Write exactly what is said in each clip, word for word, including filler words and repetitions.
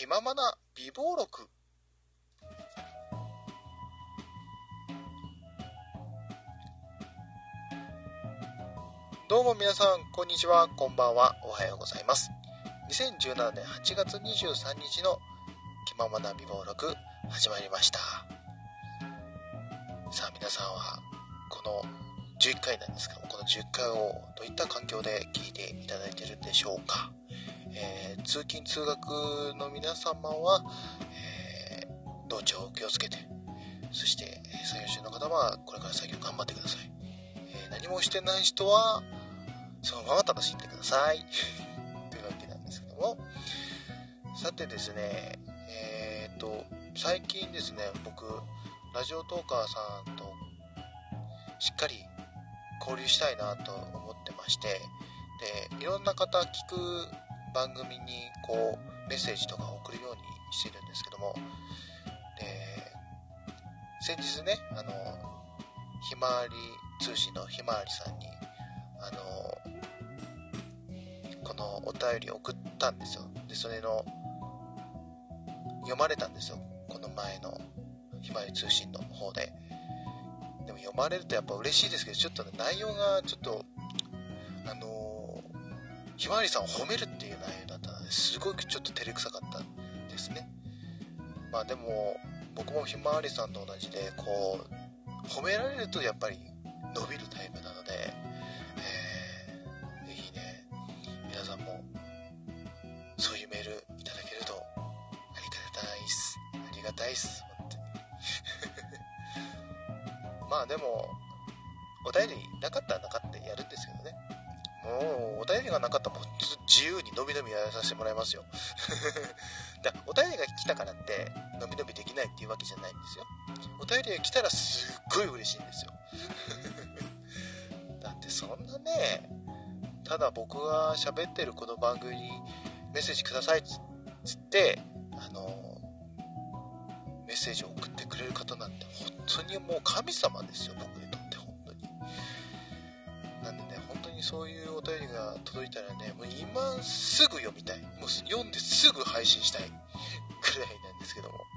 気ままな美貌録。どうも皆さん、こんにちは、こんばんは、おはようございます。にせんじゅうななねんはちがつにじゅうさんにちの気ままな美貌録始まりました。さあ皆さんはこのじゅういっかいなんですけども、このじゅっかいをどういった環境で聞いていただいているでしょうか。えー、通勤通学の皆様は、えー、道中を気をつけて、そして作業中の方はこれから作業頑張ってください。えー、何もしてない人はそのまま楽しんでくださいというわけなんですけども、さてですね、えー、っと最近ですね、僕ラジオトーカーさんとしっかり交流したいなと思ってまして、でいろんな方聞く番組にこうメッセージとか送るようにしてるんですけども、で先日ね、あのひまわり通信のひまわりさんにあのこのお便りを送ったんですよ。でそれの読まれたんですよ、この前のひまわり通信の方で。でも読まれるとやっぱ嬉しいですけど、ちょっとね、内容がちょっとあのー、ひまわりさんを褒めるっていう内容だったので、すごくちょっと照れくさかったですね。まあでも僕もひまわりさんと同じで、こう褒められるとやっぱり伸びるタイプなので、えー、ぜひね、皆さんもそういうメールいただけるとありがたいっす。ありがたいっす、本当にまあでもお便りなかったらなかったでやるんですけどね。もうお便りがなかったらもう自由にのびのびやらさせてもらいますよだお便りが来たからってのびのびできないっていうわけじゃないんですよ。お便りが来たらすっごい嬉しいんですよだってそんなね、ただ僕が喋ってるこの番組にメッセージくださいっつってあのメッセージを送ってくれる方なんて本当にもう神様ですよ、僕にとって。本当になんでね、本当にそういうお便りが届いたらね、もう今すぐ読みたい、もう読んですぐ配信したいくらいなんですけどもはい。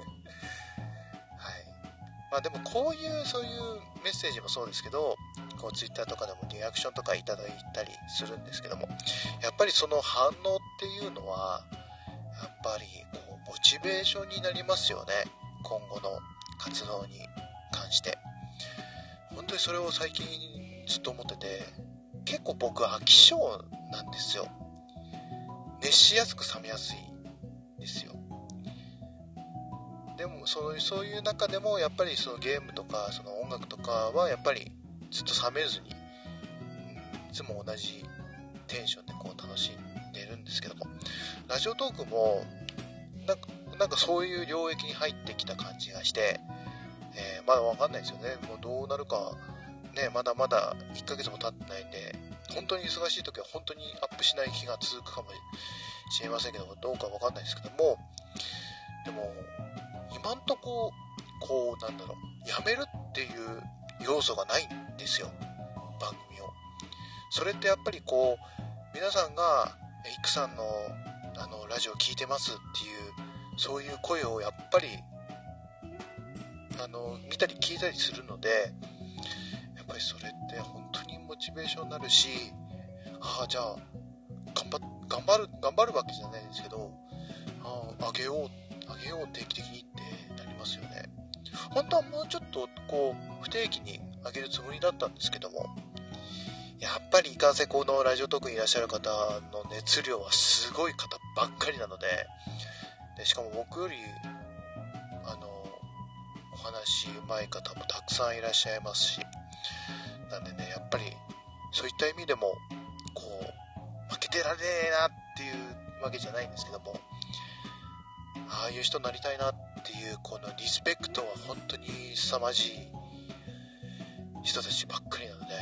まあでもこういうそういうメッセージもそうですけど、こうツイッターとかでもリアクションとかいただいたりするんですけども、やっぱりその反応っていうのはやっぱりこうモチベーションになりますよね、今後の活動に関して。本当にそれを最近ずっと思ってて、結構僕飽き性なんですよ。熱しやすく冷めやすいんですよ。でもそういう、そういう中でもやっぱりそのゲームとかその音楽とかはやっぱりずっと冷めずに、いつも同じテンションでこう楽しんでるんですけども、ラジオトークもなんか、なんかそういう領域に入ってきた感じがして、えー、まだわかんないですよね。もうどうなるかね、まだまだいっかげつも経ってないんで、本当に忙しい時は本当にアップしない日が続くかもしれませんけども、どうかわかんないですけども、でも今んとここうなんだろう、やめるっていう要素がないんですよ、番組を。それってやっぱりこう皆さんがイクさんのあのラジオ聞いてますっていうそういう声をやっぱりあの見たり聞いたりするので、やっぱりそれって本当にモチベーションになるし、ああじゃあ頑張頑張る頑張るわけじゃないんですけど、ああげようあげよう定期的にってなりますよね。本当はもうちょっとこう不定期にあげるつもりだったんですけども、やっぱりいかんせんこのラジオトークにいらっしゃる方の熱量はすごい方ばっかりなので、でしかも僕よりあのお話うまい方もたくさんいらっしゃいますし、なんでね、やっぱりそういった意味でもこう負けてられねえなっていうわけじゃないんですけども、ああいう人になりたいなっていうこのリスペクトは本当に凄まじい人たちばっかりなので、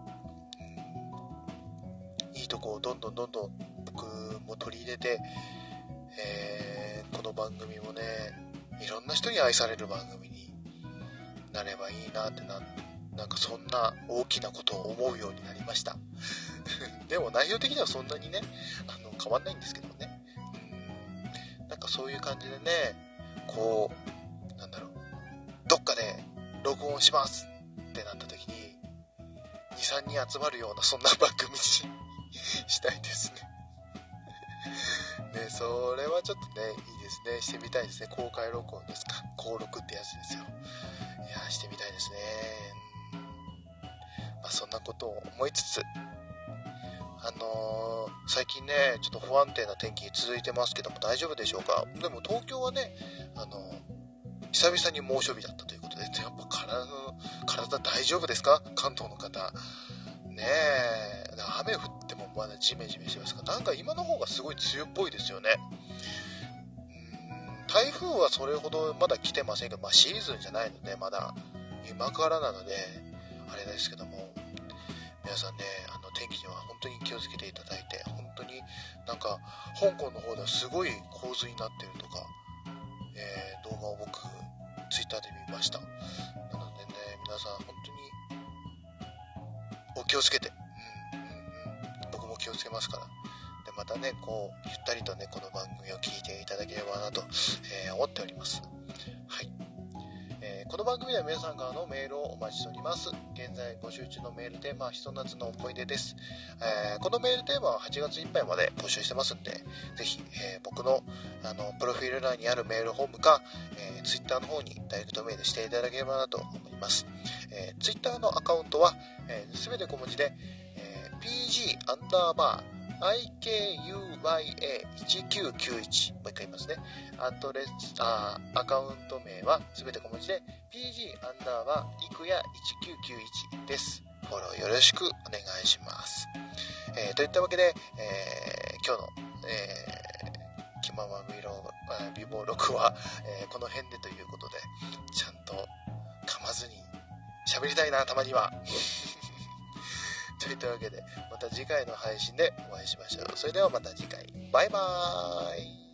いいとこをどんどんどんどん僕も取り入れて、えー、この番組もね、いろんな人に愛される番組になればいいなってな、なんかそんな大きなことを思うようになりましたでも内容的にはそんなにね、あの変わんないんですけどね、うん、なんかぱそういう感じでね、こうなんだろう、どっかで録音しますってなった時ににさんにん集まるような、そんな番組にしたいですねね、それはちょっとね、いいですね、してみたいですね。公開録音ですか、公録ってやつですよ。いや、してみたいですね。まあ、そんなことを思いつつ、あのー、最近ね、ちょっと不安定な天気続いてますけども、大丈夫でしょうか。でも東京はね、あのー、久々に猛暑日だったということで、やっぱ体の体大丈夫ですか、関東の方ねえ。雨降ってもまだジメジメしてますから、なんか今の方がすごい梅雨っぽいですよね。うーん、台風はそれほどまだ来てませんけど、まあシーズンじゃないので、まだ今からなのであれですけども、皆さんね、あの天気には本当に気をつけていただいて、本当になんか香港の方ではすごい洪水になってるとか、えー、動画を僕ツイッターで見ました。なのでね、皆さん本当にお気をつけて、うんうんうん、僕も気をつけますから。でまたね、こうゆったりとね、この番組を聞いていただければなと、えー、思っております。はい。えー、この番組では皆さんからのメールをお待ちしております。現在募集中のメールテーマはひと夏の思い出です。えー、このメールテーマははちがついっぱいまで募集してますんで、ぜひ、えー、僕のあのプロフィール欄にあるメールフォームか、えー、Twitter の方にダイレクトメールしていただければなと思います。えー、Twitter のアカウントはすべ、えー、て小文字で、えー、ピージー アンダーバー アイケーユーワイエーいちきゅうきゅういち、もう一回言いますね。アドレス、あ、アカウント名はすべて小文字で ピージー アンダーバーいくやいちきゅうきゅういちです。フォローよろしくお願いします。えー、といったわけで、えー、今日の、えー、気まま美貌録は、えー、この辺でということで、ちゃんと噛まずに喋りたいな、たまには。といったわけで、また次回の配信でお会いしましょう。それではまた次回。バイバーイ。